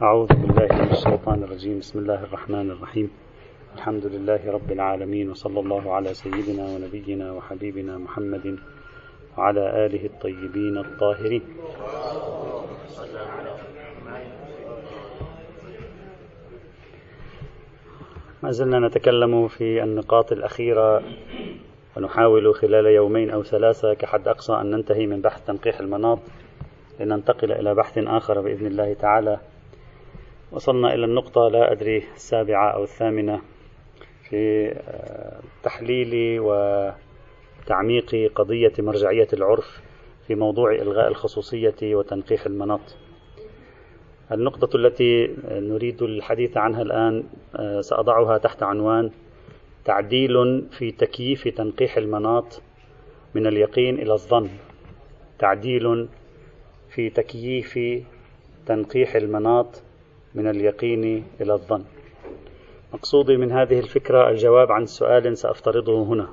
أعوذ بالله من الشيطان الرجيم. بسم الله الرحمن الرحيم. الحمد لله رب العالمين، وصلى الله على سيدنا ونبينا وحبيبنا محمد وعلى آله الطيبين الطاهرين. ما زلنا نتكلم في النقاط الأخيرة، ونحاول خلال يومين أو ثلاثة كحد أقصى أن ننتهي من بحث تنقيح المناط لننتقل إلى بحث آخر بإذن الله تعالى. وصلنا إلى النقطة لا أدري السابعة أو الثامنة في تحليل وتعميق قضية مرجعية العرف في موضوع إلغاء الخصوصية وتنقيح المناط. النقطة التي نريد الحديث عنها الآن سأضعها تحت عنوان تعديل في تكييف تنقيح المناط من اليقين إلى الظن. تعديل في تكييف تنقيح المناط من اليقين إلى الظن. مقصودي من هذه الفكرة الجواب عن سؤال سأفترضه هنا: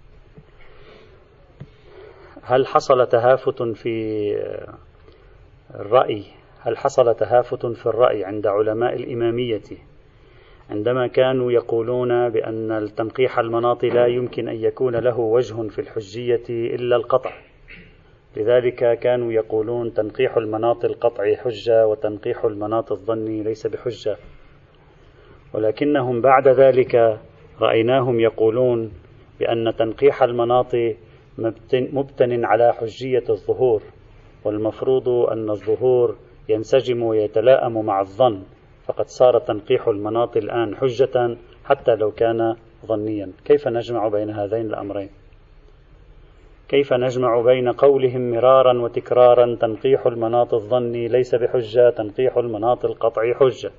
هل حصل تهافت في الرأي؟ هل حصل تهافت في الرأي عند علماء الإمامية عندما كانوا يقولون بأن التنقيح المناط لا يمكن أن يكون له وجه في الحجية إلا القطع؟ لذلك كانوا يقولون تنقيح المناط القطعي حجة وتنقيح المناط الظني ليس بحجة. ولكنهم بعد ذلك رأيناهم يقولون بأن تنقيح المناط مبتن على حجية الظهور، والمفروض أن الظهور ينسجم ويتلائم مع الظن، فقد صار تنقيح المناط الآن حجة حتى لو كان ظنيا. كيف نجمع بين هذين الأمرين؟ كيف نجمع بين قولهم مرارا وتكرارا تنقيح المناط الظني ليس بحجة، تنقيح المناط القطعي حجة،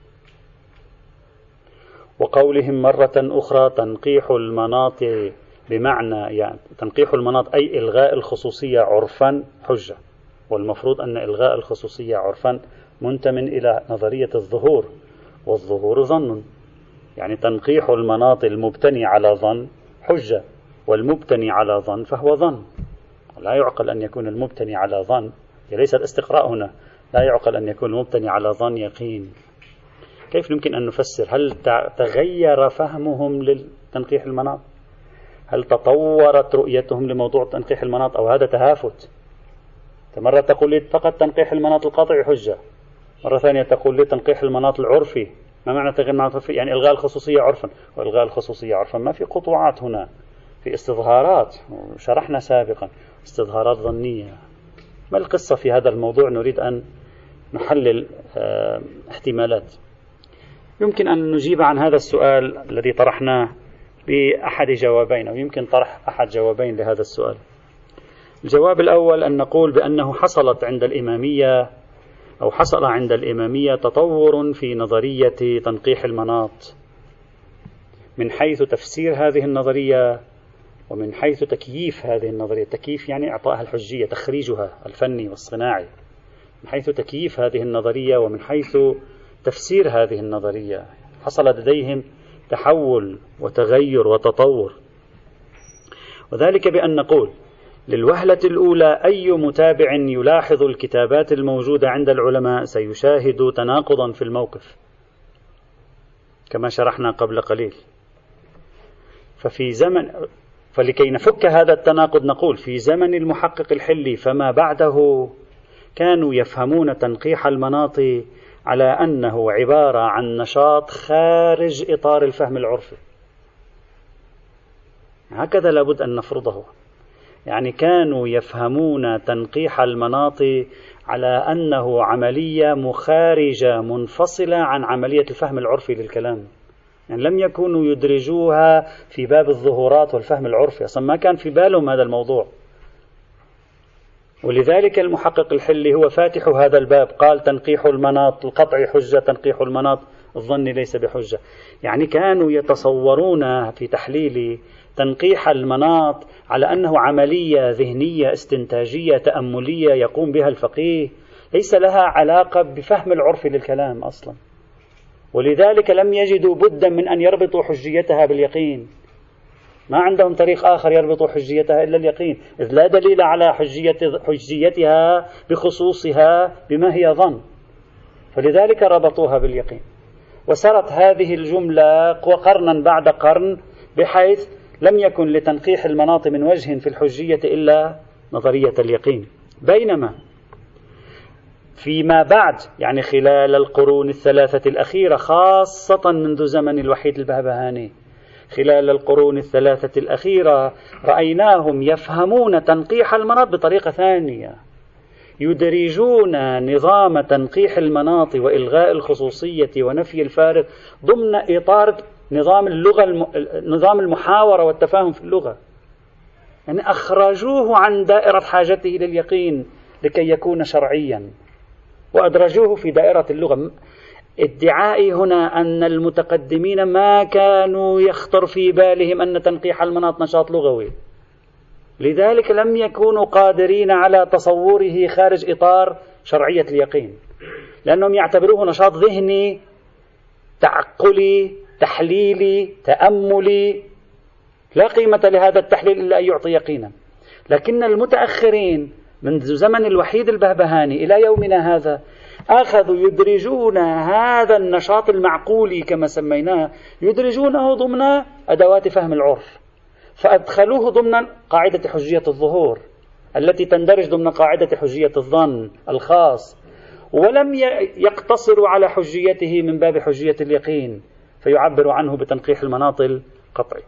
وقولهم مرة أخرى تنقيح المناط بمعنى يعني تنقيح المناط أي إلغاء الخصوصية عرفا حجة، والمفروض أن إلغاء الخصوصية عرفا منتمن إلى نظرية الظهور، والظهور ظن، يعني تنقيح المناط المبتني على ظن حجة، والمبتني على ظن فهو ظن. لا يعقل أن يكون المبتني على ظن، ليس الاستقراء هنا، لا يعقل أن يكون المبتني على ظن يقين. كيف يمكن أن نفسر؟ هل تغير فهمهم للتنقيح المناط؟ هل تطورت رؤيتهم لموضوع تنقيح المناط، أو هذا تهافت؟ مرة تقول لي فقط تنقيح المناط القطعي حجة، مرة ثانية تقول لي تنقيح المناط العرفي. ما معنى تغيير المناط العرفي؟ يعني إلغاء الخصوصية عرفا، وإلغاء الخصوصية عرفا ما في قطوعات هنا، في استظهارات، شرحنا سابقا استظهارات ظنية. ما القصة في هذا الموضوع؟ نريد أن نحلل احتمالات. يمكن أن نجيب عن هذا السؤال الذي طرحناه بأحد جوابين، أو يمكن طرح أحد جوابين لهذا السؤال. الجواب الأول أن نقول بأنه حصل عند الإمامية تطور في نظرية تنقيح المناط من حيث تفسير هذه النظرية، ومن حيث تكييف هذه النظرية. تكييف يعني إعطائها الحجية، تخريجها الفني والصناعي. من حيث تكييف هذه النظرية ومن حيث تفسير هذه النظرية حصل لديهم تحول وتغير وتطور، وذلك بأن نقول للوهلة الأولى أي متابع يلاحظ الكتابات الموجودة عند العلماء سيشاهد تناقضا في الموقف كما شرحنا قبل قليل. فلكي نفك هذا التناقض نقول في زمن المحقق الحلي فما بعده كانوا يفهمون تنقيح المناط على أنه عبارة عن نشاط خارج إطار الفهم العرفي. هكذا لابد أن نفرضه. يعني كانوا يفهمون تنقيح المناط على أنه عملية مخارجة منفصلة عن عملية الفهم العرفي للكلام. يعني لم يكونوا يدرجوها في باب الظهورات والفهم العرفي، أصلا ما كان في بالهم هذا الموضوع. ولذلك المحقق الحلي هو فاتح هذا الباب، قال تنقيح المناط القطعي حجة، تنقيح المناط الظني ليس بحجة. يعني كانوا يتصورون في تحليل تنقيح المناط على أنه عملية ذهنية استنتاجية تأملية يقوم بها الفقيه، ليس لها علاقة بفهم العرف للكلام أصلا. ولذلك لم يجدوا بدا من أن يربطوا حجيتها باليقين، ما عندهم طريق آخر يربطوا حجيتها إلا اليقين، إذ لا دليل على حجيتها بخصوصها بما هي ظن. فلذلك ربطوها باليقين، وسرت هذه الجملة قرنا بعد قرن، بحيث لم يكن لتنقيح المناط من وجه في الحجية إلا نظرية اليقين. بينما فيما بعد، يعني خلال القرون الثلاثة الأخيرة، خاصة منذ زمن الوحيد البهبهاني، خلال القرون الثلاثة الأخيرة رأيناهم يفهمون تنقيح المناط بطريقة ثانية، يدرجون نظام تنقيح المناط وإلغاء الخصوصية ونفي الفارق ضمن إطار نظام اللغة، نظام المحاورة والتفاهم في اللغة. يعني أخرجوه عن دائرة حاجته لليقين لكي يكون شرعيا، وأدرجوه في دائرة اللغة. ادعائي هنا أن المتقدمين ما كانوا يخطر في بالهم أن تنقيح المناط نشاط لغوي، لذلك لم يكونوا قادرين على تصوره خارج إطار شرعية اليقين، لأنهم يعتبروه نشاط ذهني تعقلي تحليلي تأملي، لا قيمة لهذا التحليل إلا أن يعطي يقينا. لكن المتأخرين منذ زمن الوحيد البهبهاني إلى يومنا هذا أخذوا يدرجون هذا النشاط المعقولي كما سميناه، يدرجونه ضمن أدوات فهم العرف، فأدخلوه ضمن قاعدة حجية الظهور التي تندرج ضمن قاعدة حجية الظن الخاص، ولم يقتصروا على حجيته من باب حجية اليقين، فيعبر عنه بتنقيح المناط القطعي.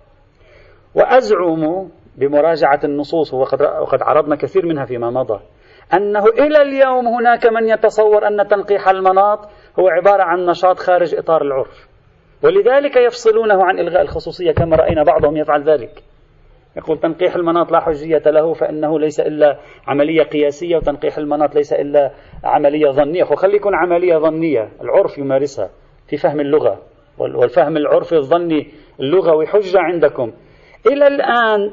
وأزعم بمراجعة النصوص، وقد عرضنا كثير منها فيما مضى، أنه إلى اليوم هناك من يتصور أن تنقيح المناط هو عبارة عن نشاط خارج إطار العرف، ولذلك يفصلونه عن إلغاء الخصوصية كما رأينا بعضهم يفعل ذلك. يقول تنقيح المناط لا حجية له فإنه ليس إلا عملية قياسية، وتنقيح المناط ليس إلا عملية ظنية. وخلي يكون عملية ظنية العرف يمارسها في فهم اللغة، والفهم العرفي الظني اللغوي حجة عندكم. إلى الآن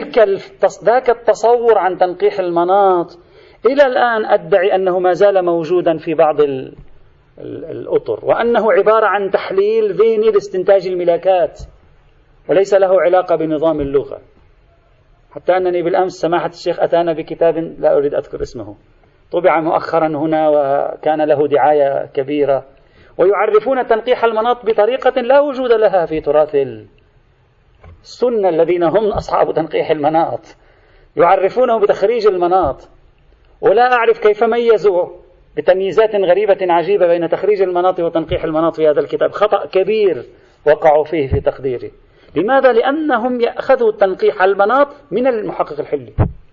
ذاك التصور عن تنقيح المناط إلى الآن أدعي أنه ما زال موجودا في بعض الأطر، وأنه عبارة عن تحليل ذهني لاستنتاج الملاكات وليس له علاقة بنظام اللغة. حتى أنني بالأمس سماحة الشيخ أتانا بكتاب لا أريد أذكر اسمه، طبع مؤخرا هنا وكان له دعاية كبيرة، ويعرفون تنقيح المناط بطريقة لا وجود لها في تراث السنة الذين هم أصحاب تنقيح المناط، يعرفونه بتخريج المناط. ولا أعرف كيف ميزوا بتمييزات غريبة عجيبة بين تخريج المناط وتنقيح المناط في هذا الكتاب. خطأ كبير وقعوا فيه في تقديري. لماذا؟ لأنهم يأخذوا تنقيح المناط من المحقق الحلي.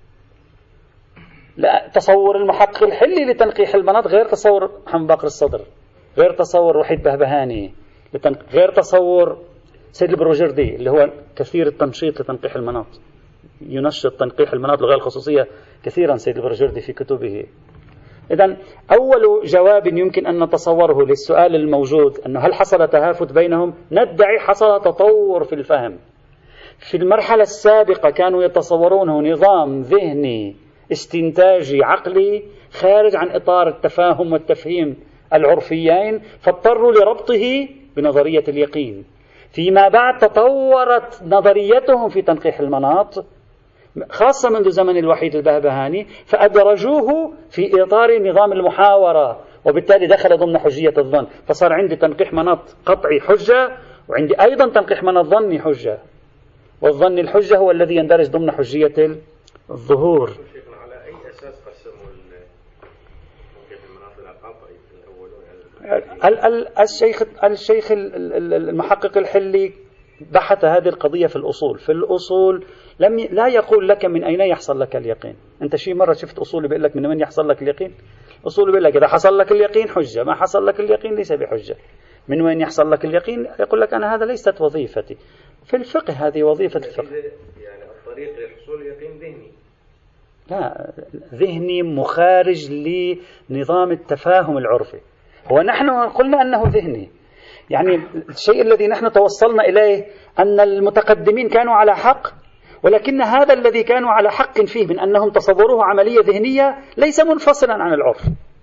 لا، تصور المحقق الحلي لتنقيح المناط غير تصور محمد باقر الصدر، غير تصور وحيد بهبهاني، غير تصور سيد البروجردي اللي هو كثير التنشيط لتنقيح المناط، ينشط تنقيح المناط لغاية الخصوصية كثيرا سيد البروجردي في كتبه. إذن أول جواب يمكن أن نتصوره للسؤال الموجود أنه هل حصل تهافت بينهم؟ ندعي حصل تطور في الفهم. في المرحلة السابقة كانوا يتصورونه نظام ذهني استنتاجي عقلي خارج عن إطار التفاهم والتفهيم العرفيين، فاضطروا لربطه بنظرية اليقين. فيما بعد تطورت نظريتهم في تنقيح المناط خاصة منذ زمن الوحيد البهبهاني، فأدرجوه في إطار نظام المحاورة، وبالتالي دخل ضمن حجية الظن. فصار عندي تنقيح مناط قطعي حجة، وعندي أيضا تنقيح مناط ظني حجة، والظن الحجة هو الذي يندرج ضمن حجية الظهور. على أي أساس قسموا تنقيح المناط القطعي في الأول؟ الشيخ المحقق الحلي بحث هذه القضية في الأصول. في الأصول لا يقول لك من أين يحصل لك اليقين. أنت شيء مرة شفت أصول بيقول لك من وين يحصل لك اليقين؟ أصول بيقول لك إذا حصل لك اليقين حجة، ما حصل لك اليقين ليس بحجة. من وين يحصل لك اليقين؟ يقول لك أنا هذا ليست وظيفتي. في الفقه هذه وظيفة الفقه. يعني الطريق لحصول اليقين ذهني؟ لا، ذهني مخارج لنظام التفاهم العرفي. هو نحن قلنا أنه ذهني، يعني الشيء الذي نحن توصلنا إليه أن المتقدمين كانوا على حق، ولكن هذا الذي كانوا على حق فيه من أنهم تصوروه عملية ذهنية ليس منفصلا عن العرف.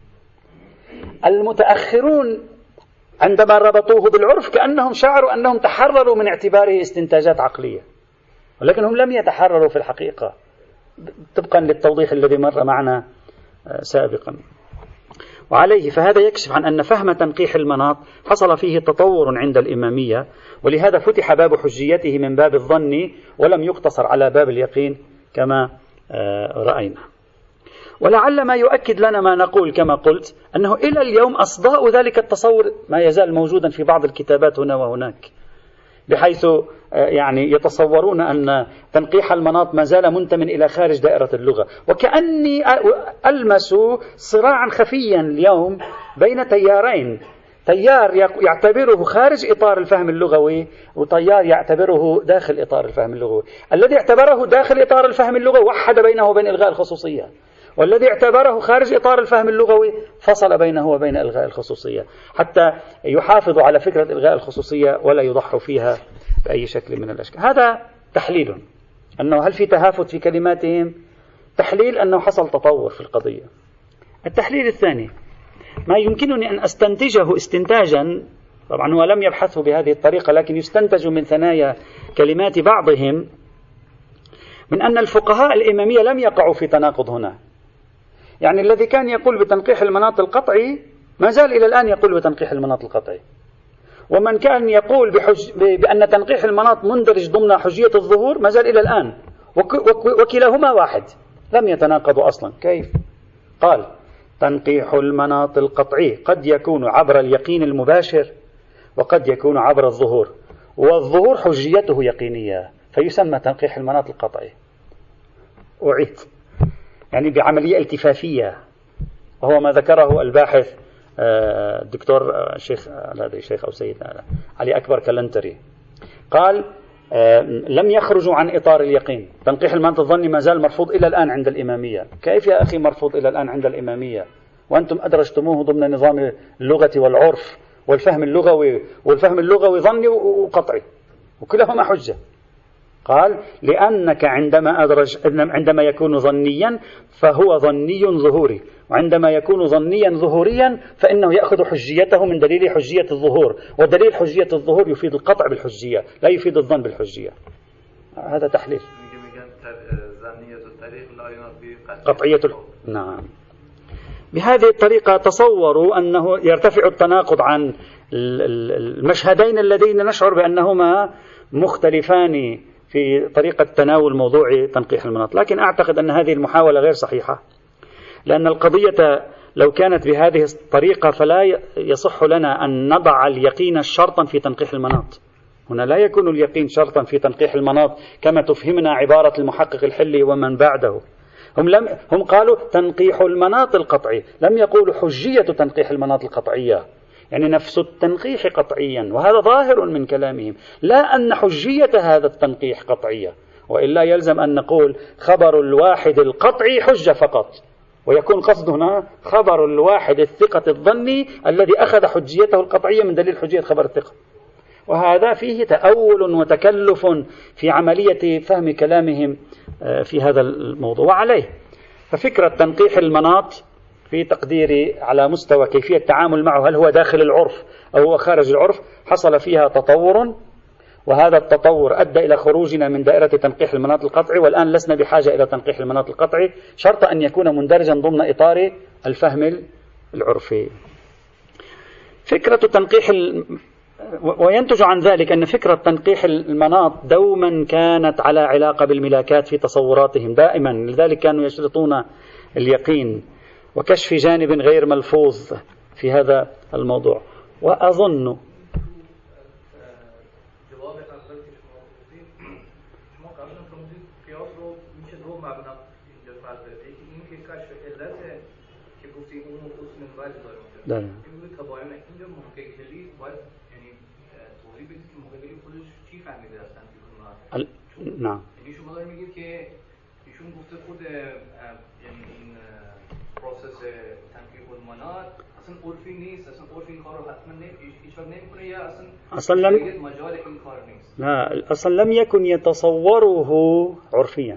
المتأخرون عندما ربطوه بالعرف كأنهم شعروا أنهم تحرروا من اعتباره استنتاجات عقلية، ولكنهم لم يتحرروا في الحقيقة طبقا للتوضيح الذي مر معنا سابقا. وعليه فهذا يكشف عن أن فهم تنقيح المناط حصل فيه تطور عند الإمامية، ولهذا فتح باب حجيته من باب الظن ولم يقتصر على باب اليقين كما رأينا. ولعل ما يؤكد لنا ما نقول كما قلت أنه إلى اليوم أصداء ذلك التصور ما يزال موجودا في بعض الكتابات هنا وهناك، بحيث يعني يتصورون أن تنقيح المناط ما زال منتمٍ إلى خارج دائرة اللغة، وكأني ألمس صراعا خفيا اليوم بين تيارين، تيار يعتبره خارج إطار الفهم اللغوي وتيار يعتبره داخل إطار الفهم اللغوي. الذي اعتبره داخل إطار الفهم اللغوي وحد بينه وبين إلغاء الخصوصية، والذي اعتبره خارج إطار الفهم اللغوي فصل بينه وبين إلغاء الخصوصية، حتى يحافظ على فكرة إلغاء الخصوصية ولا يضحوا فيها بأي شكل من الأشكال. هذا تحليل أنه هل في تهافت في كلماتهم، تحليل أنه حصل تطور في القضية. التحليل الثاني ما يمكنني أن أستنتجه استنتاجا، طبعا هو لم يبحثه بهذه الطريقة لكن يستنتج من ثنايا كلمات بعضهم، من أن الفقهاء الإمامية لم يقعوا في تناقض هنا. يعني الذي كان يقول بتنقيح المناط القطعي ما زال إلى الآن يقول بتنقيح المناط القطعي، ومن كان يقول بأن تنقيح المناط مندرج ضمن حجية الظهور ما زال إلى الآن، وكلاهما واحد، لم يتناقضوا أصلا. كيف؟ قال تنقيح المناط القطعي قد يكون عبر اليقين المباشر وقد يكون عبر الظهور، والظهور حجيته يقينية فيسمى تنقيح المناط القطعي. أعيد، يعني بعملية التفافية، وهو ما ذكره الباحث الدكتور الشيخ أو سيد علي أكبر كلنتري، قال لم يخرجوا عن إطار اليقين. تنقيح المناط الظني ما زال مرفوض إلى الآن عند الإمامية. كيف يا أخي مرفوض إلى الآن عند الإمامية وأنتم أدرجتموه ضمن نظام اللغة والعرف والفهم اللغوي، والفهم اللغوي ظني وقطعي وكلهما حجة؟ قال لأنك عندما يكون ظنيا فهو ظني ظهوري، وعندما يكون ظنيا ظهوريا فإنه يأخذ حجيته من دليل حجية الظهور، ودليل حجية الظهور يفيد القطع بالحجية لا يفيد الظن بالحجية. هذا تحليل قطعية. نعم، بهذه الطريقة تصوروا أنه يرتفع التناقض عن المشهدين اللذين نشعر بأنهما مختلفان في طريقة تناول موضوع تنقيح المناط. لكن أعتقد أن هذه المحاولة غير صحيحة، لأن القضية لو كانت بهذه الطريقة فلا يصح لنا أن نضع اليقين شرطا في تنقيح المناط. هنا لا يكون اليقين شرطا في تنقيح المناط كما تفهمنا عبارة المحقق الحلي ومن بعده. هم قالوا تنقيح المناط القطعي، لم يقولوا حجية تنقيح المناط القطعية، يعني نفس التنقيح قطعيا، وهذا ظاهر من كلامهم، لا أن حجية هذا التنقيح قطعية، وإلا يلزم أن نقول خبر الواحد القطعي حجة فقط، ويكون قصدنا خبر الواحد الثقة الظني الذي أخذ حجيته القطعية من دليل حجية خبر الثقة. وهذا فيه تأول وتكلف في عملية فهم كلامهم في هذا الموضوع. وعليه ففكرة تنقيح المناط في تقديري على مستوى كيفية التعامل معه، هل هو داخل العرف أو هو خارج العرف، حصل فيها تطور، وهذا التطور أدى إلى خروجنا من دائرة تنقيح المناط القطعي، والآن لسنا بحاجة إلى تنقيح المناط القطعي شرط أن يكون مندرجا ضمن إطار الفهم العرفي. فكرة تنقيح وينتج عن ذلك أن فكرة تنقيح المناط دوما كانت على علاقة بالملاكات في تصوراتهم دائما، لذلك كانوا يشرطون اليقين وكشف جانب غير ملفوظ في هذا الموضوع. وأظن نعم پروسس تنقیح المناط اصلا عرفی نیست، اصلا عرفی این کار رو حتما هیچ وقت نمیکنه، یا اصلا مجال این کار نیست. لا، اصلا لم يكن يتصوره عرفيا،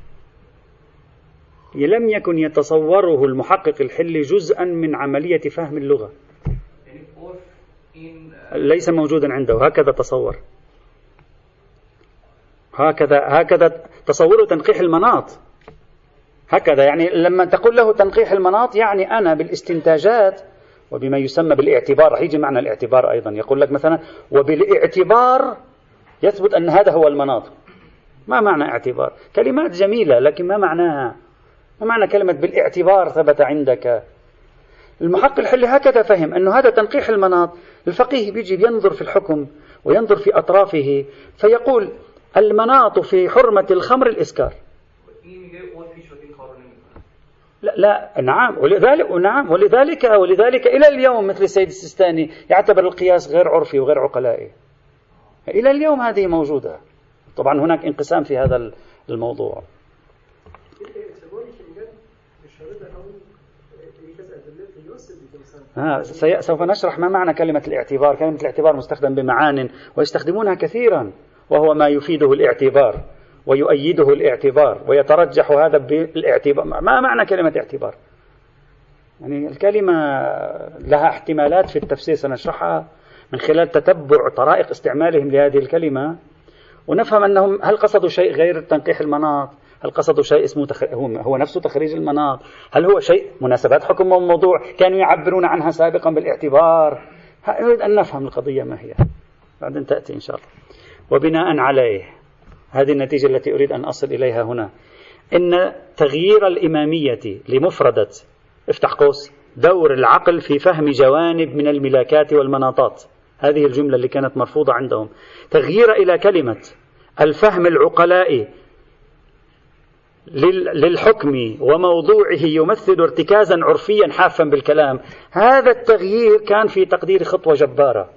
لم يكن يتصوره المحقق الحلي جزءا من عملية فهم اللغة، يعني عرف ليس موجودا عنده، هكذا تصور، هكذا تصور تنقيح المناط. هكذا يعني لما تقول له تنقيح المناط يعني أنا بالاستنتاجات وبما يسمى بالاعتبار، رح يجي معنى الاعتبار أيضا، يقول لك مثلا وبالاعتبار يثبت أن هذا هو المناط. ما معنى اعتبار؟ كلمات جميلة لكن ما معناها؟ ما معنى كلمة بالاعتبار ثبت عندك؟ المحقق الحلي هكذا فهم أنه هذا تنقيح المناط. الفقيه بيجي بينظر في الحكم وينظر في أطرافه فيقول المناط في حرمة الخمر الإسكار. لا نعم، ولذلك إلى اليوم مثل السيد السيستاني يعتبر القياس غير عرفي وغير عقلائي. إلى اليوم هذه موجودة. طبعا هناك انقسام في هذا الموضوع. سوف نشرح ما معنى كلمة الاعتبار. كلمة الاعتبار مستخدم بمعان ويستخدمونها كثيرا، وهو ما يفيده الاعتبار ويؤيده الاعتبار ويترجح هذا بالاعتبار. ما معنى كلمة اعتبار؟ يعني الكلمة لها احتمالات في التفسير سنشرحها من خلال تتبع طرائق استعمالهم لهذه الكلمة، ونفهم أنهم هل قصدوا شيء غير تنقيح المناط؟ هل قصدوا شيء اسمه هو نفسه تخريج المناط؟ هل هو شيء مناسبات حكم الموضوع كانوا يعبرون عنها سابقا بالاعتبار؟ نريد أن نفهم القضية ما هي، بعدين تأتي إن شاء الله. وبناء عليه هذه النتيجة التي أريد أن أصل إليها هنا، إن تغيير الإمامية لمفردة افتح قوس دور العقل في فهم جوانب من الملاكات والمناطات، هذه الجملة اللي كانت مرفوضة عندهم، تغيير إلى كلمة الفهم العقلائي للحكم وموضوعه يمثل ارتكازا عرفيا حافا بالكلام. هذا التغيير كان في تقدير خطوة جبارة،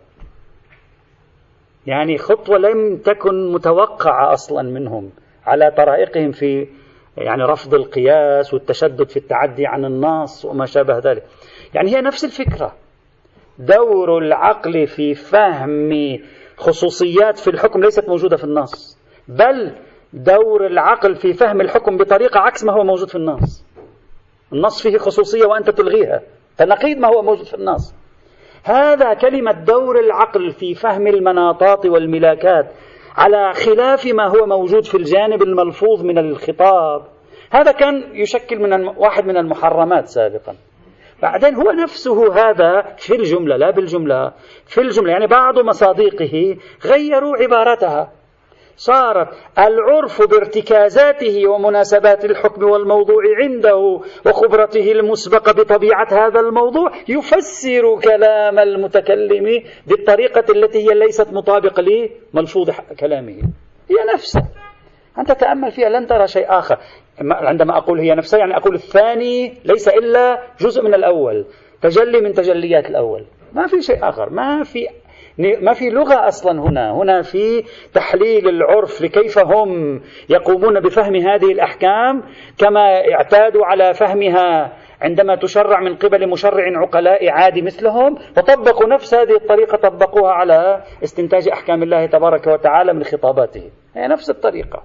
يعني خطوة لم تكن متوقعة أصلا منهم على طرائقهم في يعني رفض القياس والتشدد في التعدي عن النص وما شابه ذلك. يعني هي نفس الفكرة، دور العقل في فهم خصوصيات في الحكم ليست موجودة في النص، بل دور العقل في فهم الحكم بطريقة عكس ما هو موجود في النص. النص فيه خصوصية وأنت تلغيها، فنقيض ما هو موجود في النص. هذا كلمة دور العقل في فهم المناطات والملاكات على خلاف ما هو موجود في الجانب الملفوظ من الخطاب، هذا كان يشكل واحد من المحرمات سابقا. بعدين هو نفسه هذا في الجملة، لا بالجملة، في الجملة يعني بعض مصادقه غيروا عبارتها، صارت العرف بارتكازاته ومناسبات الحكم والموضوع عنده وخبرته المسبقة بطبيعة هذا الموضوع يفسر كلام المتكلم بالطريقة التي هي ليست مطابقة لملفوظ كلامه. هي نفسها، أنت تأمل فيها لن ترى شيء آخر. عندما أقول هي نفسها يعني أقول الثاني ليس إلا جزء من الأول، تجلي من تجليات الأول، ما في شيء آخر، ما في لغة أصلا. هنا في تحليل العرف لكيف هم يقومون بفهم هذه الأحكام كما اعتادوا على فهمها عندما تشرع من قبل مشرع عقلاء عادي مثلهم، وطبقوا نفس هذه الطريقة، طبقوها على استنتاج أحكام الله تبارك وتعالى من خطاباته. هي نفس الطريقة.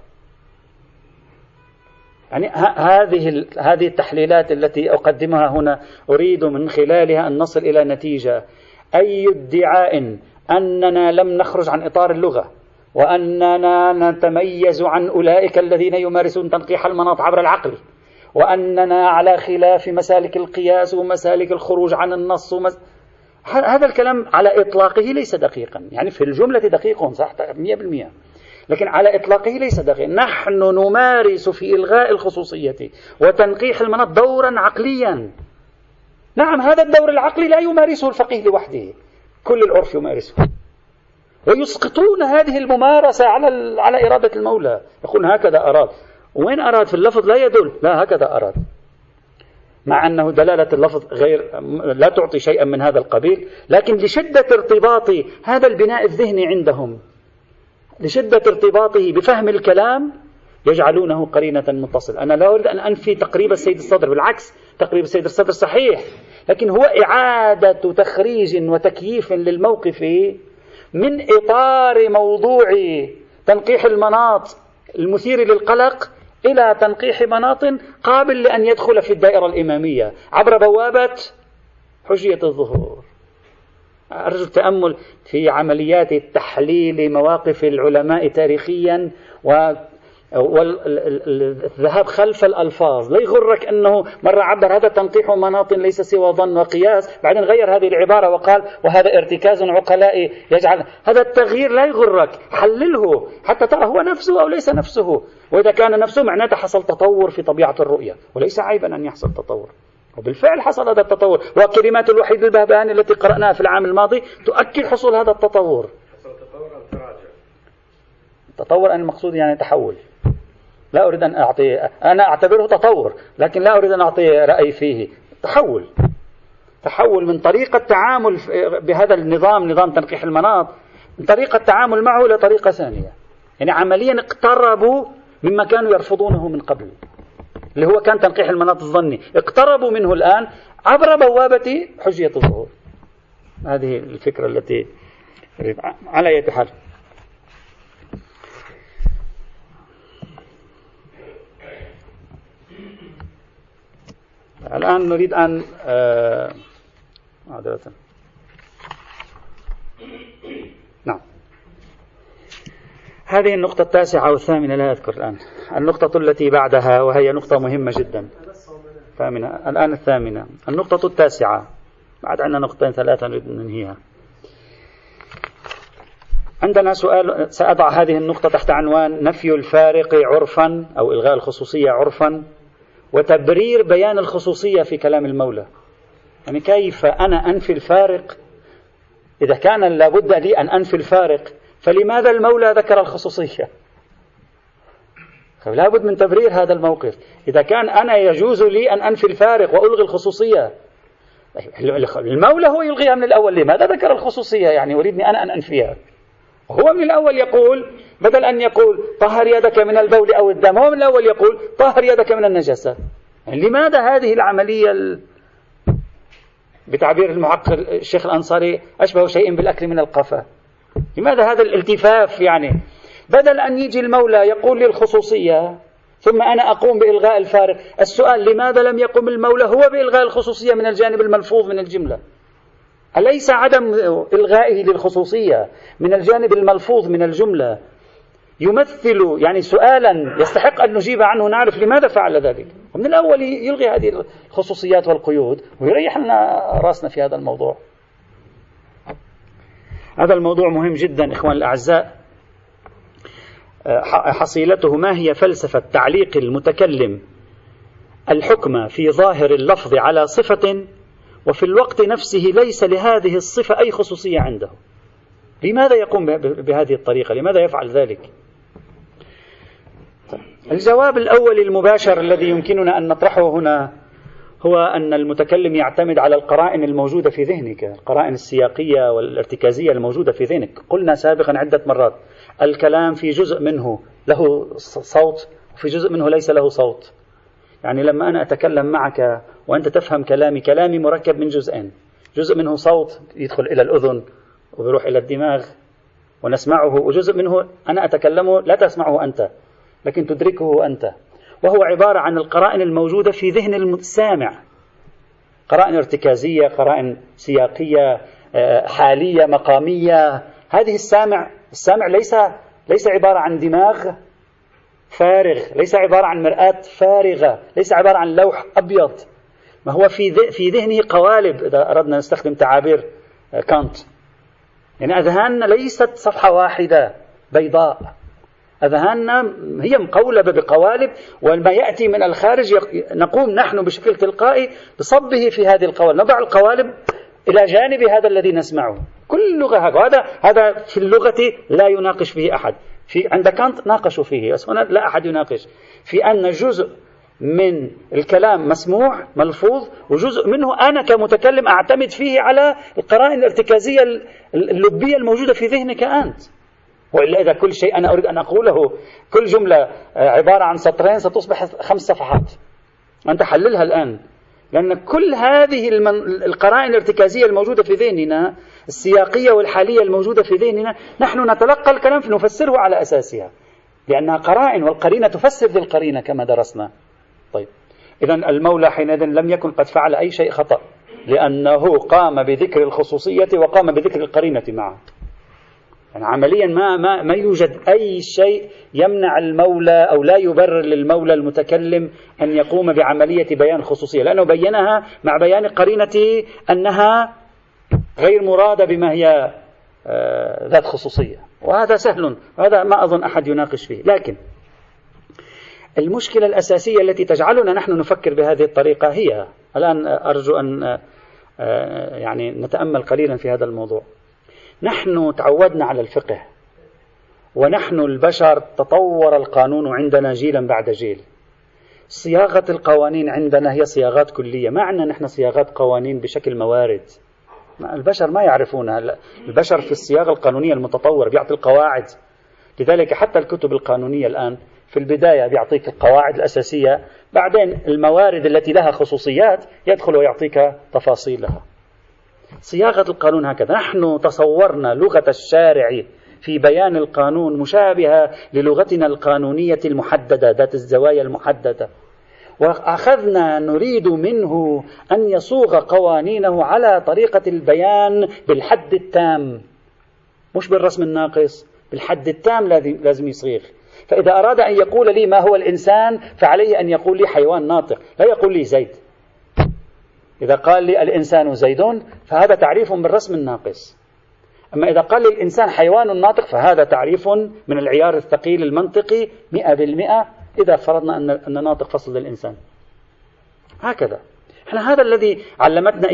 يعني هذه التحليلات التي أقدمها هنا أريد من خلالها أن نصل إلى نتيجة. أي ادعاء أننا لم نخرج عن إطار اللغة وأننا نتميز عن أولئك الذين يمارسون تنقيح المناط عبر العقل وأننا على خلاف مسالك القياس ومسالك الخروج عن النص هذا الكلام على إطلاقه ليس دقيقا. يعني في الجملة دقيق صح 100%، لكن على إطلاقه ليس دقيق. نحن نمارس في إلغاء الخصوصية وتنقيح المناط دورا عقليا. نعم، هذا الدور العقلي لا يمارسه الفقيه لوحده، كل العرف يمارسه، ويسقطون هذه الممارسة على إرادة المولى، يقول هكذا أراد. وين أراد في اللفظ لا يدل، لا هكذا أراد، مع أنه دلالة اللفظ لا تعطي شيئا من هذا القبيل، لكن لشدة ارتباط هذا البناء الذهني عندهم، لشدة ارتباطه بفهم الكلام يجعلونه قرينة متصل. أنا لا أريد أن أنفي تقريب السيد الصدر، بالعكس تقريب السيد الصدر صحيح، لكن هو إعادة تخريج وتكييف للموقف من إطار موضوع تنقيح المناط المثير للقلق إلى تنقيح مناط قابل لأن يدخل في الدائرة الإمامية عبر بوابة حجية الظهور. أرجو التأمل في عمليات تحليل مواقف العلماء تاريخيا والذهاب خلف الألفاظ. لا يغرك أنه مرة عبر هذا تنقيح مناط ليس سوى ظن وقياس، بعدين غير هذه العبارة وقال وهذا ارتكاز عقلائي يجعل هذا التغيير. لا يغرك، حلله حتى ترى هو نفسه أو ليس نفسه، وإذا كان نفسه معناته حصل تطور في طبيعة الرؤية، وليس عيبا أن يحصل تطور، وبالفعل حصل هذا التطور. وكلمات الوحيد البهبهاني التي قرأناها في العام الماضي تؤكد حصول هذا التطور. تطور أن المقصود يعني تحول. لا أريد أن أعطي، أنا أعتبره تطور لكن لا أريد أن أعطي رأي فيه. تحول من طريقة تعامل بهذا النظام، نظام تنقيح المناط، من طريقة تعامل معه لطريقة ثانية. يعني عمليا اقتربوا مما كانوا يرفضونه من قبل، اللي هو كان تنقيح المناط الظني، اقتربوا منه الآن عبر بوابة حجية الظهور. هذه الفكرة التي على أي حال. الآن نريد أن نعم، هذه النقطة التاسعة والثامنة لا أذكر الآن. النقطة التي بعدها وهي نقطة مهمة جدا، ثامنة الآن، الثامنة. النقطة التاسعة، بعد عندنا نقطتين ثلاثة نريد أن ننهيها. عندنا سؤال، سأضع هذه النقطة تحت عنوان نفي الفارق عرفا أو إلغاء الخصوصية عرفا وتبرير بيان الخصوصية في كلام المولى. يعني كيف أنا أنفي الفارق؟ إذا كان لابد لي أن أنفي الفارق فلماذا المولى ذكر الخصوصية؟ لابد من تبرير هذا الموقف. إذا كان أنا يجوز لي أن أنفي الفارق وألغي الخصوصية، المولى هو يلغيها من الأول، لماذا ذكر الخصوصية؟ يعني يريدني أنا أن أنفيها. هو من الأول يقول بدل أن يقول طهر يدك من البول أو الدم، هو من الأول يقول طهر يدك من النجاسة. يعني لماذا هذه العملية بتعبير المعقل الشيخ الأنصاري أشبه شيء بالأكل من القفا؟ لماذا هذا الالتفاف؟ يعني بدل أن يجي المولى يقول لي الخصوصية ثم أنا أقوم بإلغاء الفارق. السؤال لماذا لم يقم المولى هو بإلغاء الخصوصية من الجانب الملفوظ من الجملة؟ أليس عدم إلغائه للخصوصية من الجانب الملفوظ من الجملة يمثل يعني سؤالا يستحق أن نجيب عنه، نعرف لماذا فعل ذلك؟ ومن الأول يلغي هذه الخصوصيات والقيود ويريح لنا راسنا في هذا الموضوع. هذا الموضوع مهم جدا إخوان الأعزاء. حصيلته ما هي فلسفة تعليق المتكلم الحكم في ظاهر اللفظ على صفة وفي الوقت نفسه ليس لهذه الصفة أي خصوصية عنده؟ لماذا يقوم بهذه الطريقة؟ لماذا يفعل ذلك؟ الجواب الأول المباشر الذي يمكننا أن نطرحه هنا هو أن المتكلم يعتمد على القرائن الموجودة في ذهنك، القرائن السياقية والارتكازية الموجودة في ذهنك. قلنا سابقا عدة مرات الكلام في جزء منه له صوت وفي جزء منه ليس له صوت. يعني لما أنا أتكلم معك وأنت تفهم كلامي مركب من جزئين، جزء منه صوت يدخل إلى الأذن ويروح إلى الدماغ ونسمعه، وجزء منه أنا أتكلمه لا تسمعه أنت لكن تدركه أنت، وهو عبارة عن القرائن الموجودة في ذهن السامع، قرائن ارتكازية، قرائن سياقية، حالية، مقامية. هذه السامع ليس عبارة عن دماغ فارغ، ليس عبارة عن مرآة فارغة، ليس عبارة عن لوح أبيض، ما هو في ذهنه قوالب. إذا أردنا نستخدم تعابير كانت، يعني أذهاننا ليست صفحة واحدة بيضاء، أذهاننا هي مقولبة بقوالب، وما يأتي من الخارج نقوم نحن بشكل تلقائي بصبه في هذه القوالب، نضع القوالب إلى جانب هذا الذي نسمعه. كل لغة هذا في اللغة لا يناقش فيه أحد. عند كانت ناقشوا فيه، بس هنا لا أحد يناقش في أن جزء من الكلام مسموع ملفوظ وجزء منه أنا كمتكلم أعتمد فيه على القرائن الارتكازية اللبية الموجودة في ذهنك أنت. وإلا إذا كل شيء أنا أريد أن أقوله، كل جملة عبارة عن سطرين ستصبح 5 صفحات، أنت حللها الآن، لأن كل هذه القرائن الارتكازية الموجودة في ذهننا، السياقية والحالية الموجودة في ذهننا، نحن نتلقى الكلام فنفسره على أساسها، لأنها قرائن والقرينة تفسر ذي القرينة كما درسنا. طيب، إذن المولى حينئذ لم يكن قد فعل أي شيء خطأ، لأنه قام بذكر الخصوصية وقام بذكر القرينة معه. يعني عمليا ما يوجد أي شيء يمنع المولى أو لا يبرر للمولى المتكلم أن يقوم بعملية بيان خصوصية، لأنه بينها مع بيان قرينة أنها غير مرادة بما هي ذات خصوصية، وهذا سهل، وهذا ما أظن أحد يناقش فيه. لكن المشكلة الأساسية التي تجعلنا نحن نفكر بهذه الطريقة هي، الآن أرجو أن يعني نتأمل قليلا في هذا الموضوع. نحن تعودنا على الفقه، ونحن البشر تطور القانون عندنا جيلا بعد جيل. صياغة القوانين عندنا هي صياغات كلية، ما عندنا نحن صياغات قوانين بشكل موارد. البشر ما يعرفونها. البشر في الصياغة القانونية المتطورة بيعطي القواعد. لذلك حتى الكتب القانونية الآن في البداية بيعطيك القواعد الأساسية، بعدين الموارد التي لها خصوصيات يدخل ويعطيك تفاصيلها. صياغة القانون هكذا. نحن تصورنا لغة الشارع في بيان القانون مشابهة للغتنا القانونية المحددة ذات الزوايا المحددة، وأخذنا نريد منه أن يصوغ قوانينه على طريقة البيان بالحد التام، مش بالرسم الناقص، بالحد التام لازم يصيغ. فإذا أراد أن يقول لي ما هو الإنسان فعليه أن يقول لي حيوان ناطق، لا يقول لي زيد. إذا قال لي الإنسان زيد فهذا تعريف بالرسم الناقص. أما إذا قال لي الإنسان حيوان ناطق فهذا تعريف من العيار الثقيل المنطقي 100%، إذا فرضنا أن ناطق فصل للإنسان. هكذا احنا هذا الذي علمنا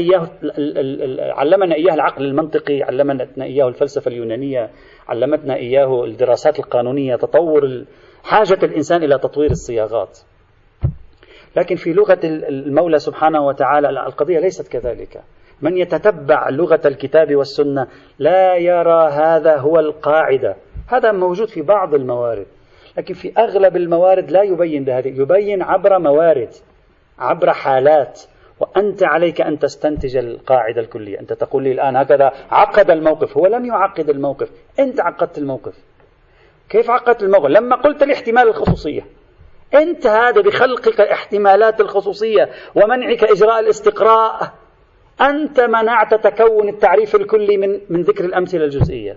إياه العقل المنطقي، علمنا إياه الفلسفة اليونانية، علمتنا إياه الدراسات القانونية، تطور حاجة الإنسان إلى تطوير الصياغات. لكن في لغة المولى سبحانه وتعالى القضية ليست كذلك. من يتتبع لغة الكتاب والسنة لا يرى هذا هو القاعدة. هذا موجود في بعض الموارد، لكن في أغلب الموارد لا يبين بهذه، يبين عبر موارد، عبر حالات، وأنت عليك أن تستنتج القاعدة الكلية. أنت تقول لي الآن هكذا عقد الموقف، هو لم يعقد الموقف، أنت عقدت الموقف. كيف عقدت الموقف؟ لما قلت الاحتمال الخصوصية، أنت هذا بخلقك احتمالات الخصوصية ومنعك إجراء الاستقراء، أنت منعت تكون التعريف الكلي من ذكر الأمثلة الجزئية.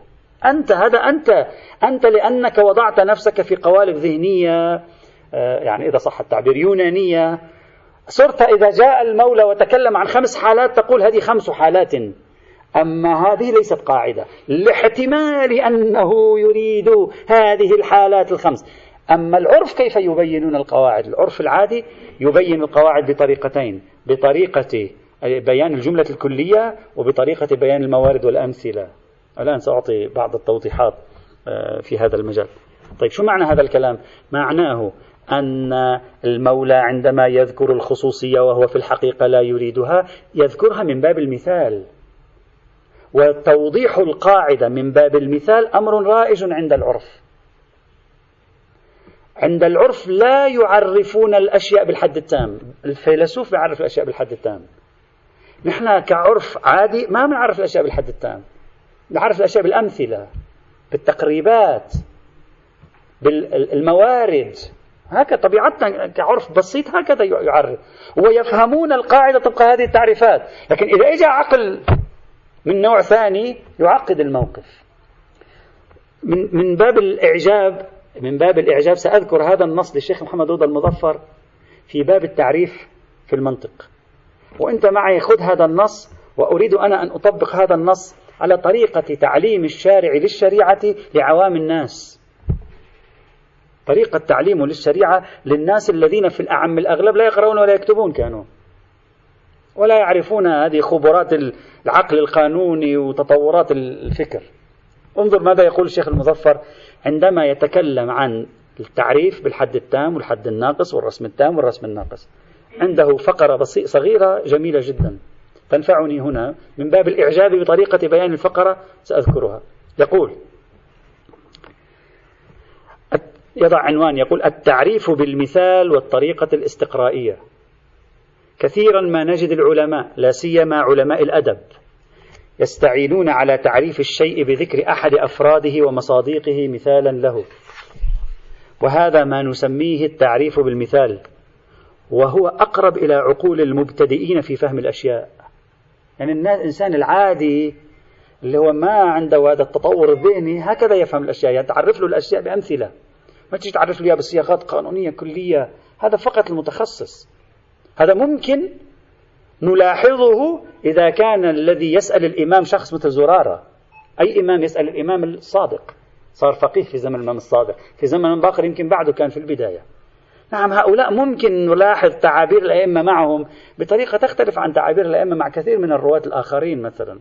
أنت لأنك وضعت نفسك في قوالب ذهنية، يعني إذا صح التعبير يونانية، صرت إذا جاء المولى وتكلم عن 5 حالات تقول هذه 5 حالات، أما هذه ليست قاعدة، لاحتمال أنه يريد هذه الحالات ال5. أما العرف كيف يبينون القواعد؟ العرف العادي يبين القواعد بطريقتين، بطريقة بيان الجملة الكلية وبطريقة بيان الموارد والأمثلة. الآن سأعطي بعض التوضيحات في هذا المجال. طيب شو معنى هذا الكلام؟ معناه أن المولى عندما يذكر الخصوصية وهو في الحقيقة لا يريدها يذكرها من باب المثال، وتوضيح القاعدة من باب المثال أمر رائج عند العرف. عند العرف لا يعرفون الأشياء بالحد التام، الفيلسوف يعرف الأشياء بالحد التام. نحن كعرف عادي ما نعرف الأشياء بالحد التام، نعرف الأشياء بالأمثلة، بالتقريبات، بالموارد. هكذا طبيعتنا كعرف بسيط، هكذا يعرف، ويفهمون القاعدة طبق هذه التعريفات. لكن إذا إجا عقل من نوع ثاني يعقد الموقف. من باب الإعجاب سأذكر هذا النص للشيخ محمد رضا المظفر في باب التعريف في المنطق، وأنت معي خذ هذا النص، وأريد أنا أن أطبق هذا النص على طريقة تعليم الشارع للشريعة لعوام الناس، طريقة تعليمه للشريعة للناس الذين في الأعم الأغلب لا يقرؤون ولا يكتبون كانوا، ولا يعرفون هذه خبرات العقل القانوني وتطورات الفكر. انظر ماذا يقول الشيخ المظفر عندما يتكلم عن التعريف بالحد التام والحد الناقص والرسم التام والرسم الناقص. عنده فقرة صغيرة جميلة جدا تنفعني هنا من باب الإعجاب بطريقة بيان الفقرة، سأذكرها. يقول، يضع عنوان، يقول: التعريف بالمثال والطريقة الاستقرائية. كثيرا ما نجد العلماء لا سيما علماء الأدب يستعينون على تعريف الشيء بذكر أحد أفراده ومصادقه مثالا له، وهذا ما نسميه التعريف بالمثال، وهو أقرب إلى عقول المبتدئين في فهم الأشياء. يعني الإنسان العادي اللي هو ما عنده هذا التطور الذهني هكذا يفهم الأشياء، يعني تعرف له الأشياء بأمثلة، ما تجي تعرف له بصياغات قانونية كلية، هذا فقط المتخصص. هذا ممكن نلاحظه إذا كان الذي يسأل الإمام شخص مثل زرارة. أي إمام يسأل الإمام الصادق، صار فقيه في زمن الإمام الصادق، في زمن باقر يمكن بعده كان في البداية. نعم، هؤلاء ممكن نلاحظ تعابير الأئمة معهم بطريقة تختلف عن تعابير الأئمة مع كثير من الرواة الآخرين مثلا.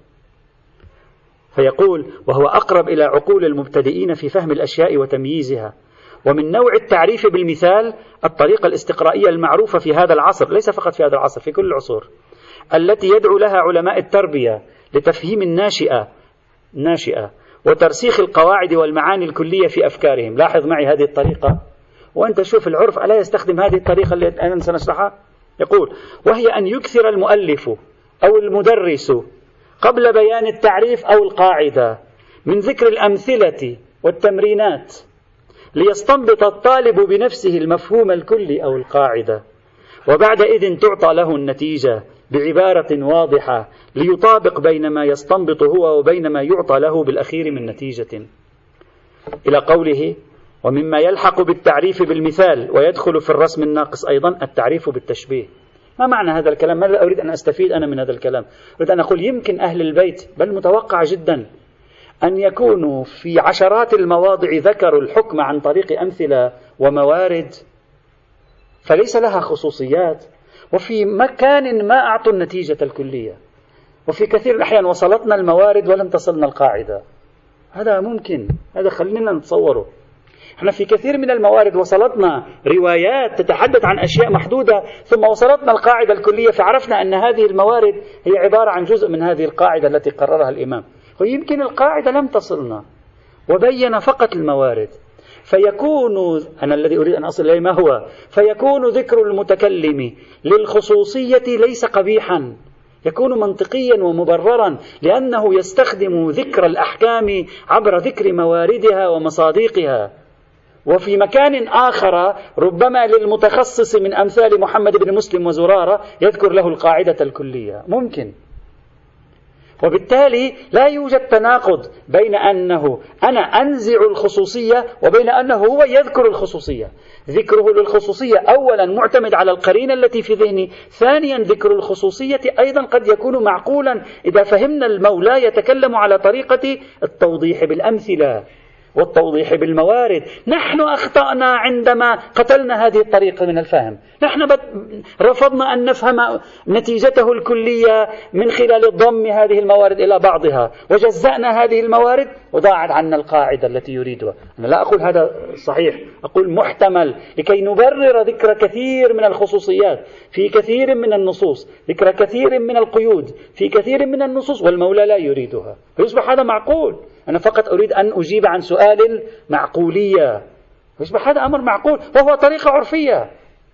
فيقول: وهو أقرب إلى عقول المبتدئين في فهم الأشياء وتمييزها. ومن نوع التعريف بالمثال الطريقة الاستقرائية المعروفة في هذا العصر، ليس فقط في هذا العصر، في كل العصور، التي يدعو لها علماء التربية لتفهيم الناشئة وترسيخ القواعد والمعاني الكلية في أفكارهم. لاحظ معي هذه الطريقة، وأنت شوف العرف ألا يستخدم هذه الطريقة التي أنا سنشرحها. يقول: وهي أن يكثر المؤلف أو المدرس قبل بيان التعريف أو القاعدة من ذكر الأمثلة والتمرينات ليستنبط الطالب بنفسه المفهوم الكلي أو القاعدة، وبعدئذ تعطى له النتيجة بعبارة واضحة ليطابق بين ما يستنبط هو وبين ما يعطى له بالأخير من نتيجة. إلى قوله: ومما يلحق بالتعريف بالمثال ويدخل في الرسم الناقص أيضا التعريف بالتشبيه. ما معنى هذا الكلام؟ ماذا أريد أن أستفيد أنا من هذا الكلام؟ أريد أن أقول يمكن أهل البيت، بل متوقع جدا أن يكونوا في عشرات المواضع ذكروا الحكم عن طريق أمثلة وموارد فليس لها خصوصيات، وفي مكان ما أعطوا النتيجة الكلية، وفي كثير الأحيان وصلتنا الموارد ولم تصلنا القاعدة. هذا ممكن، هذا خلينا نتصوره. احنا في كثير من الموارد وصلتنا روايات تتحدث عن أشياء محدودة، ثم وصلتنا القاعدة الكلية فعرفنا أن هذه الموارد هي عبارة عن جزء من هذه القاعدة التي قررها الإمام، ويمكن القاعدة لم تصلنا وبين فقط الموارد. فيكون، أنا الذي أريد أن أصل إليه ما هو، فيكون ذكر المتكلم للخصوصية ليس قبيحا، يكون منطقيا ومبررا، لأنه يستخدم ذكر الأحكام عبر ذكر مواردها ومصادقها. وفي مكان آخر ربما للمتخصص من أمثال محمد بن مسلم وزرارة يذكر له القاعدة الكلية، ممكن. وبالتالي لا يوجد تناقض بين أنه أنا أنزع الخصوصية وبين أنه هو يذكر الخصوصية. ذكره للخصوصية أولا معتمد على القرينة التي في ذهني، ثانيا ذكر الخصوصية أيضا قد يكون معقولا إذا فهمنا المولى يتكلم على طريقة التوضيح بالأمثلة والتوضيح بالموارد. نحن أخطأنا عندما قتلنا هذه الطريقة من الفهم، نحن رفضنا أن نفهم نتيجته الكلية من خلال ضم هذه الموارد إلى بعضها، وجزأنا هذه الموارد وضاعت عنا القاعدة التي يريدها. أنا لا أقول هذا صحيح، أقول محتمل لكي نبرر ذكر كثير من الخصوصيات في كثير من النصوص، ذكر كثير من القيود في كثير من النصوص، والمولى لا يريدها، فيصبح هذا معقول. أنا فقط أريد أن أجيب عن سؤال المعقولية، يصبح هذا أمر معقول وهو طريقة عرفية.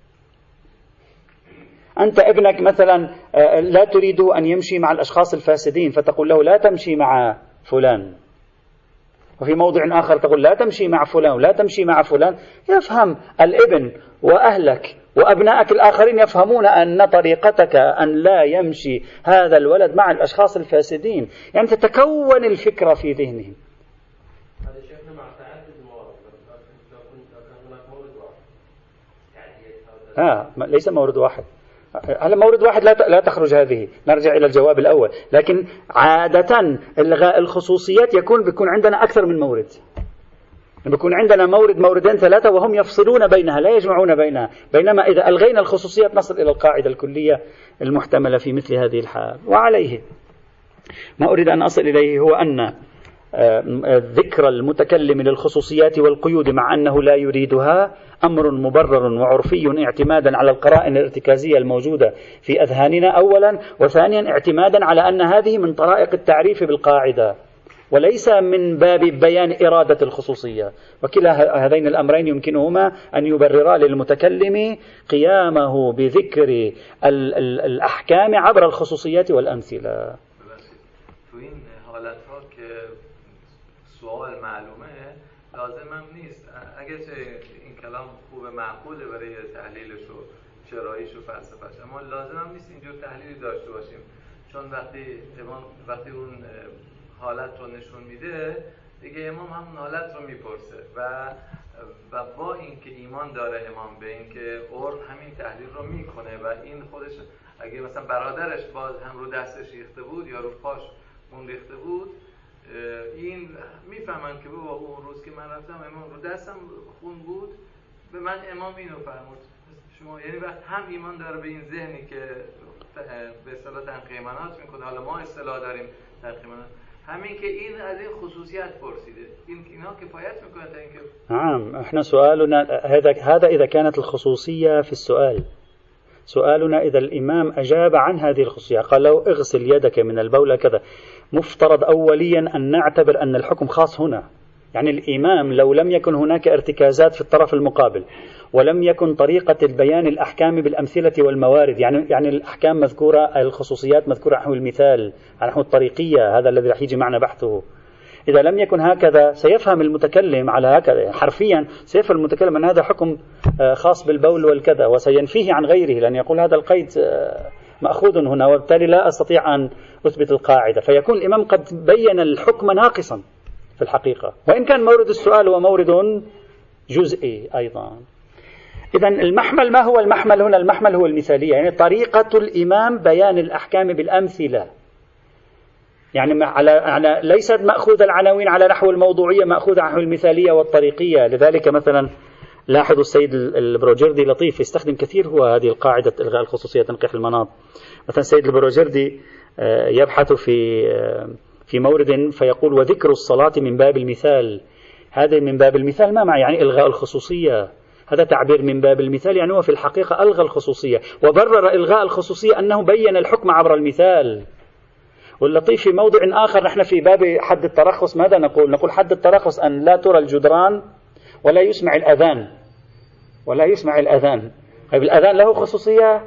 أنت ابنك مثلا لا تريده أن يمشي مع الأشخاص الفاسدين فتقول له لا تمشي مع فلان، وفي موضع آخر تقول لا تمشي مع فلان ولا تمشي مع فلان. يفهم الابن وأهلك وأبنائك الآخرين يفهمون أن طريقتك أن لا يمشي هذا الولد مع الأشخاص الفاسدين، يعني تتكون الفكرة في ذهنهم. ليس مورد واحد، على مورد واحد لا تخرج هذه. نرجع إلى الجواب الأول، لكن عادة إلغاء الخصوصيات بيكون عندنا أكثر من مورد، بيكون عندنا موردين ثلاثة وهم يفصلون بينها لا يجمعون بينها، بينما إذا ألغينا الخصوصيات نصل إلى القاعدة الكلية المحتملة في مثل هذه الحال. وعليه ما أريد أن أصل إليه هو أن ذكر المتكلم للخصوصيات والقيود مع أنه لا يريدها أمر مبرر وعرفي اعتمادا على القرائن الارتكازية الموجودة في أذهاننا أولا، وثانيا اعتمادا على أن هذه من طرائق التعريف بالقاعدة وليس من باب بيان إرادة الخصوصية. وكلا هذين الأمرين يمكنهما أن يبررا للمتكلم قيامه بذكر الأحكام عبر الخصوصيات والأمثلة. سوال معلومه لازم هم نیست. اگه این کلام خوب معقوله برای تحلیلش و چراییش و فلسفه‌اش، اما لازم هم نیست اینجور تحلیلی داشته باشیم، چون وقتی اون حالت رو نشون میده، دیگه امام همون حالت رو میپرسه و با اینکه ایمان داره امام به اینکه عرف همین تحلیل رو میکنه و این خودش اگه مثلا برادرش باز هم رو دستش ریخته بود یا رو پاش اون ریخته بود، این میفهمن که بابا اون روز که من رفتم امام رو دستم خون بود، به من امام اینو فرمود. شما یعنی وقت هم ایمان داره به این ذهنی که به اصطلاح تنقیح مناط میکنه، حالا ما اصطلاح داریم تنقیح مناط، همین که این از این خصوصیات پرسیده، اینا کفایت میکنه تا اینکه نعم. احنا سؤالنا هذا إذا كانت الخصوصية في السؤال، سؤالنا إذا الإمام أجاب عن هذه الخصوصية قال له اغسل يدك من البول كذا، مفترض أوليا أن نعتبر أن الحكم خاص هنا. يعني الإمام لو لم يكن هناك ارتكازات في الطرف المقابل ولم يكن طريقة البيان الأحكام بالأمثلة والموارد، يعني الأحكام مذكورة، الخصوصيات مذكورة نحو المثال نحو الطريقية، هذا الذي رح يجي معنا بحثه. إذا لم يكن هكذا سيفهم المتكلم على هكذا، حرفيا سيفهم المتكلم أن هذا حكم خاص بالبول والكذا وسينفيه عن غيره، لأن يقول هذا القيد مأخوذ هنا وبالتالي لا أستطيع أن أثبت القاعدة، فيكون الإمام قد بين الحكم ناقصا في الحقيقة، وإن كان مورد السؤال هو مورد جزئي أيضا. إذن المحمل ما هو المحمل هنا؟ المحمل هو المثالية، يعني طريقة الإمام بيان الأحكام بالأمثلة، يعني على ليست مأخوذ العناوين على نحو الموضوعية، مأخوذ نحو المثالية والطريقية. لذلك مثلا لاحظوا السيد البروجردي لطيف يستخدم كثير هو هذه القاعدة إلغاء الخصوصية تنقيح المناط. مثلا السيد البروجردي يبحث في مورد فيقول وذكر الصلاة من باب المثال. هذا من باب المثال ما معنى؟ يعني إلغاء الخصوصية، هذا تعبير من باب المثال، يعني هو في الحقيقة ألغى الخصوصية وبرر إلغاء الخصوصية أنه بين الحكم عبر المثال. واللطيف في موضع آخر نحن في باب حد الترخص ماذا نقول؟ نقول حد الترخص أن لا ترى الجدران ولا يسمع الأذان، ولا يسمع الأذان. طيب الأذان له خصوصية؟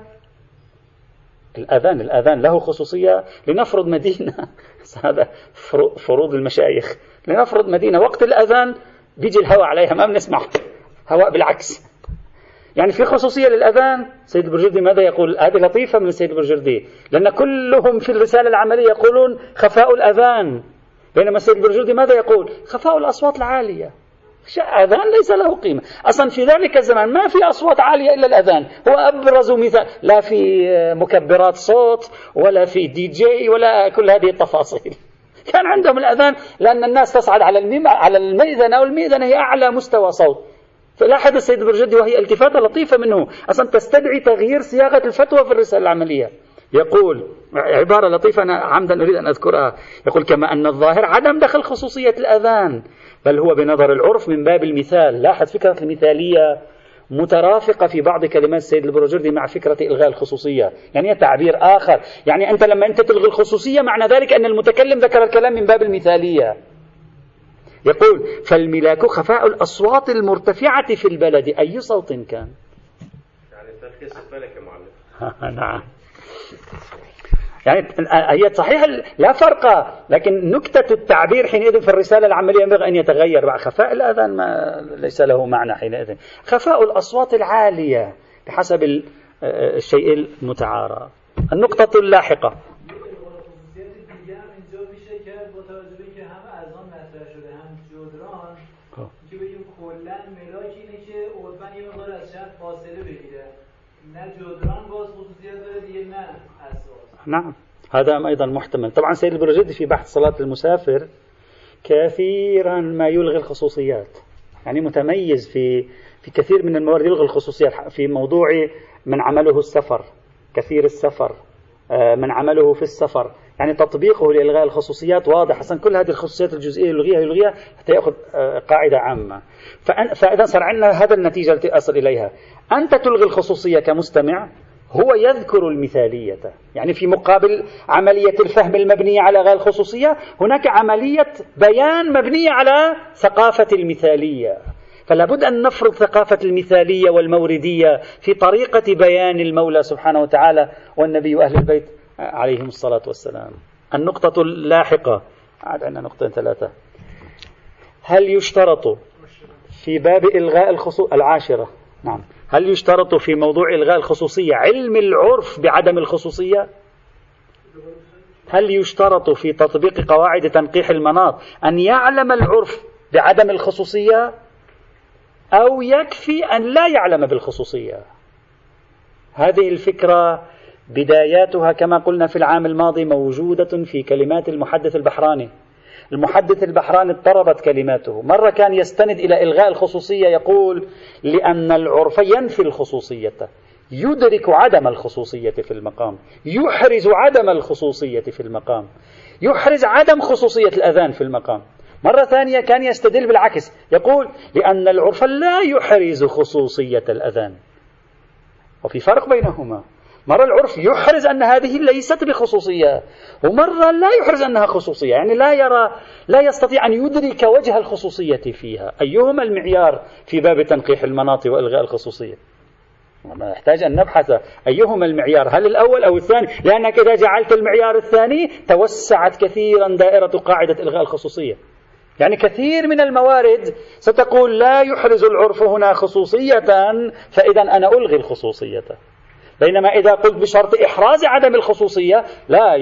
الأذان له خصوصية. لنفرض مدينة هذا فروض المشايخ، لنفرض مدينة وقت الأذان بيجي الهواء عليها ما بنسمع هواء، بالعكس يعني في خصوصية للأذان. سيد البرجردي ماذا يقول؟ هذه لطيفة من سيد البرجردي، لأن كلهم في الرسالة العملية يقولون خفاء الأذان، بينما سيد البرجردي ماذا يقول؟ خفاء الأصوات العالية. أذان ليس له قيمة أصلا في ذلك الزمان، ما في أصوات عالية إلا الأذان، هو أبرز مثال، لا في مكبرات صوت ولا في دي جي ولا كل هذه التفاصيل. كان عندهم الأذان لأن الناس تصعد على المئذنة، والمئذنة هي أعلى مستوى صوت. فلاحظ السيد البرجردي وهي التفاتة لطيفة منه أصلا تستدعي تغيير صياغة الفتوى في الرسالة العملية. يقول عبارة لطيفة أنا عمدا أريد أن أذكرها، يقول كما أن الظاهر عدم دخل خصوصية الأذان بل هو بنظر العرف من باب المثال. لاحظ فكرة المثالية مترافقة في بعض كلمات السيد البروجردي مع فكرة إلغاء الخصوصية، يعني تعبير آخر. يعني أنت لما أنت تلغي الخصوصية معنى ذلك أن المتكلم ذكر الكلام من باب المثالية. يقول فالملاك خفاء الأصوات المرتفعة في البلد أي صوت كان. يعني تلخيص الملك يا معلم. نعم، يعني هي صحيح لا فرق، لكن نكتة التعبير حينئذ في الرسالة العملية ينبغي أن يتغير. مع خفاء الأذان ما ليس له معنى حينئذ، خفاء الأصوات العالية بحسب الشيء المتعارف. النقطة اللاحقة نعم، هذا أيضا محتمل. طبعا سيد البروجردي في بحث صلاة المسافر كثيرا ما يلغي الخصوصيات، يعني متميز في كثير من الموارد يلغي الخصوصيات. في موضوع من عمله السفر، كثير السفر، من عمله في السفر، يعني تطبيقه لإلغاء الخصوصيات واضح. حسن كل هذه الخصوصيات الجزئية يلغيها حتى يأخذ قاعدة عامة. فإذا صار عندنا هذا النتيجة التي أصل إليها، أنت تلغي الخصوصية كمستمع، هو يذكر المثالية. يعني في مقابل عملية الفهم المبنية على إلغاء الخصوصية هناك عملية بيان مبنية على ثقافة المثالية. فلا بد أن نفرض ثقافة المثالية والموردية في طريقة بيان المولى سبحانه وتعالى والنبي وأهل البيت عليهم الصلاة والسلام. النقطة اللاحقة، عندنا نقطة 3. هل يشترط في باب إلغاء الخصوصية العاشرة؟ نعم، هل يشترط في موضوع إلغاء الخصوصية علم العرف بعدم الخصوصية؟ هل يشترط في تطبيق قواعد تنقيح المناط أن يعلم العرف بعدم الخصوصية أو يكفي أن لا يعلم بالخصوصية؟ هذه الفكرة بداياتها كما قلنا في العام الماضي موجودة في كلمات المحدث البحراني. المحدث البحراني اضطربت كلماته، مرة كان يستند إلى إلغاء الخصوصية، يقول لأن العرف ينفي الخصوصية، يدرك عدم الخصوصية في المقام، يحرز عدم الخصوصية في المقام، يحرز عدم خصوصية الأذان في المقام. مرة ثانية كان يستدل بالعكس، يقول لأن العرف لا يحرز خصوصية الأذان، وفي فرق بينهما. مرة العرف يحرز أن هذه ليست بخصوصية، ومرة لا يحرز أنها خصوصية، يعني لا يستطيع أن يدرك وجه الخصوصية فيها. أيهما المعيار في باب تنقيح المناط وإلغاء الخصوصية؟ نحتاج أن نبحث أيهما المعيار، هل الأول أو الثاني، لأنك إذا جعلت المعيار الثاني توسعت كثيرا دائرة قاعدة إلغاء الخصوصية. يعني كثير من الموارد ستقول لا يحرز العرف هنا خصوصية، فإذا أنا ألغي الخصوصية. بينما إذا قلت بشرط إحراز عدم الخصوصية، لا،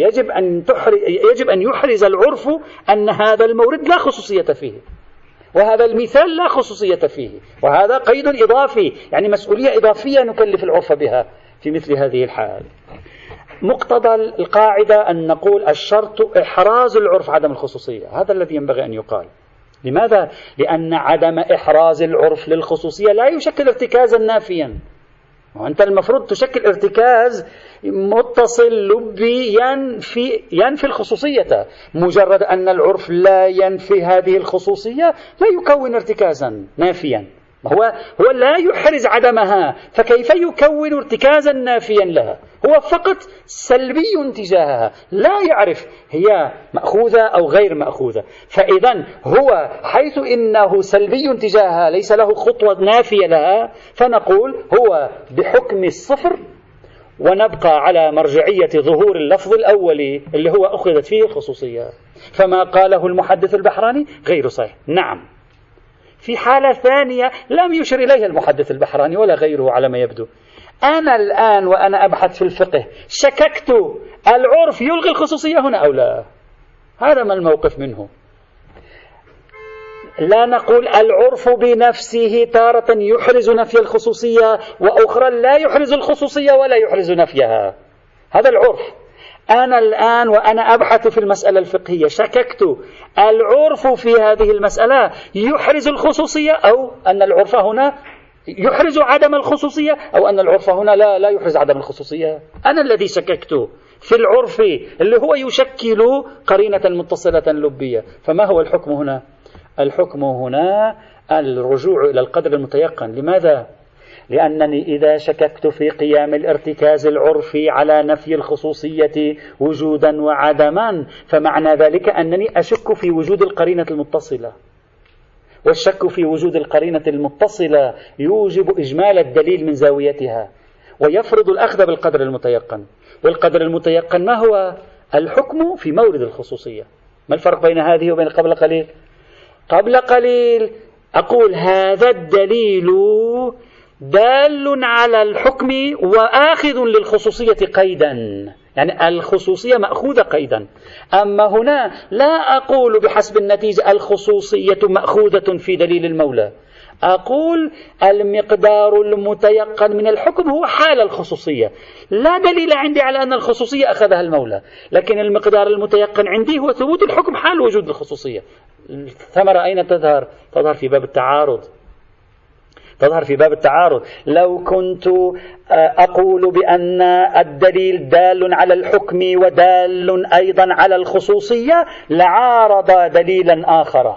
يجب أن يحرز العرف أن هذا المورد لا خصوصية فيه، وهذا المثال لا خصوصية فيه، وهذا قيد إضافي، يعني مسؤولية إضافية نكلف العرف بها في مثل هذه الحال. مقتضى القاعدة أن نقول الشرط إحراز العرف عدم الخصوصية، هذا الذي ينبغي أن يقال. لماذا؟ لأن عدم إحراز العرف للخصوصية لا يشكل ارتكازا نافيا، وأنت المفروض تشكل ارتكاز متصل لبي ينفي الخصوصية. مجرد أن العرف لا ينفي هذه الخصوصية لا يكون ارتكازا نافيا، هو لا يحرز عدمها، فكيف يكون ارتكازا نافيا لها؟ هو فقط سلبي تجاهها، لا يعرف هي مأخوذة أو غير مأخوذة. فإذا هو حيث إنه سلبي تجاهها ليس له خطوة نافية لها، فنقول هو بحكم الصفر، ونبقى على مرجعية ظهور اللفظ الأولي اللي هو أخذت فيه الخصوصية. فما قاله المحدث البحراني غير صحيح. نعم، في حالة ثانية لم يشر إليها المحدث البحراني ولا غيره على ما يبدو. أنا الآن وأنا أبحث في الفقه شككت العرف يلغي الخصوصية هنا أو لا، هذا ما الموقف منه. لا نقول العرف بنفسه تارة يحرز نفي الخصوصية وأخرى لا يحرز الخصوصية ولا يحرز نفيها، هذا العرف. أنا الآن وأنا أبحث في المسألة الفقهية شككت العرف في هذه المسألة يحرز الخصوصية أو أن العرف هنا يحرز عدم الخصوصية، أو أن العرف هنا لا يحرز عدم الخصوصية. أنا الذي شككت في العرف اللي هو يشكل قرينة متصلة لبية. فما هو الحكم هنا؟ الحكم هنا الرجوع إلى القدر المتيقن. لماذا؟ لأنني إذا شككت في قيام الارتكاز العرفي على نفي الخصوصية وجودا وعدما، فمعنى ذلك أنني أشك في وجود القرينة المتصلة، والشك في وجود القرينة المتصلة يوجب إجمال الدليل من زاويتها ويفرض الأخذ بالقدر المتيقن. والقدر المتيقن ما هو؟ الحكم في مورد الخصوصية. ما الفرق بين هذه وبين قبل قليل؟ قبل قليل أقول هذا الدليل دال على الحكم وآخذ للخصوصية قيدا، يعني الخصوصية مأخوذة قيدا. أما هنا لا أقول بحسب النتيجة الخصوصية مأخوذة في دليل المولى، أقول المقدار المتيقن من الحكم هو حال الخصوصية. لا دليل عندي على أن الخصوصية أخذها المولى، لكن المقدار المتيقن عندي هو ثبوت الحكم حال وجود الخصوصية. الثمرة أين تظهر؟ تظهر في باب التعارض. تظهر في باب التعارض. لو كنت أقول بأن الدليل دال على الحكم ودال أيضا على الخصوصية لعارض دليلا آخر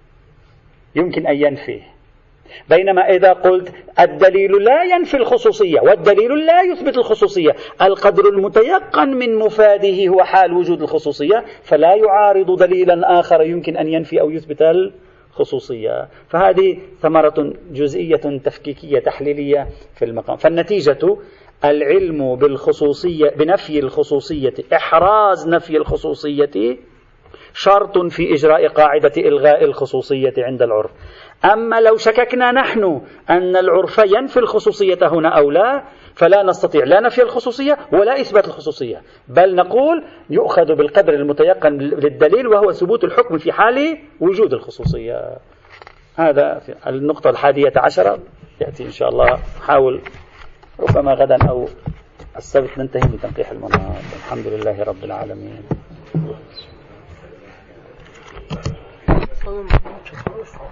يمكن أن ينفيه. بينما إذا قلت الدليل لا ينفي الخصوصية والدليل لا يثبت الخصوصية، القدر المتيقن من مفاده هو حال وجود الخصوصية، فلا يعارض دليلا آخر يمكن أن ينفي أو يثبت الخصوصية. فهذه ثمرة جزئية تفكيكية تحليلية في المقام. فالنتيجة العلم بالخصوصية بنفي الخصوصية، إحراز نفي الخصوصية شرط في إجراء قاعدة إلغاء الخصوصية عند العرف. أما لو شككنا نحن أن العرف ينفي الخصوصية هنا أو لا، فلا نستطيع لا نفي الخصوصية ولا إثبات الخصوصية، بل نقول يؤخذ بالقدر المتيقن للدليل وهو ثبوت الحكم في حال وجود الخصوصية. هذا النقطة 11 يأتي إن شاء الله. حاول ربما غدا أو السبت ننتهي من تنقيح المناط. الحمد لله رب العالمين.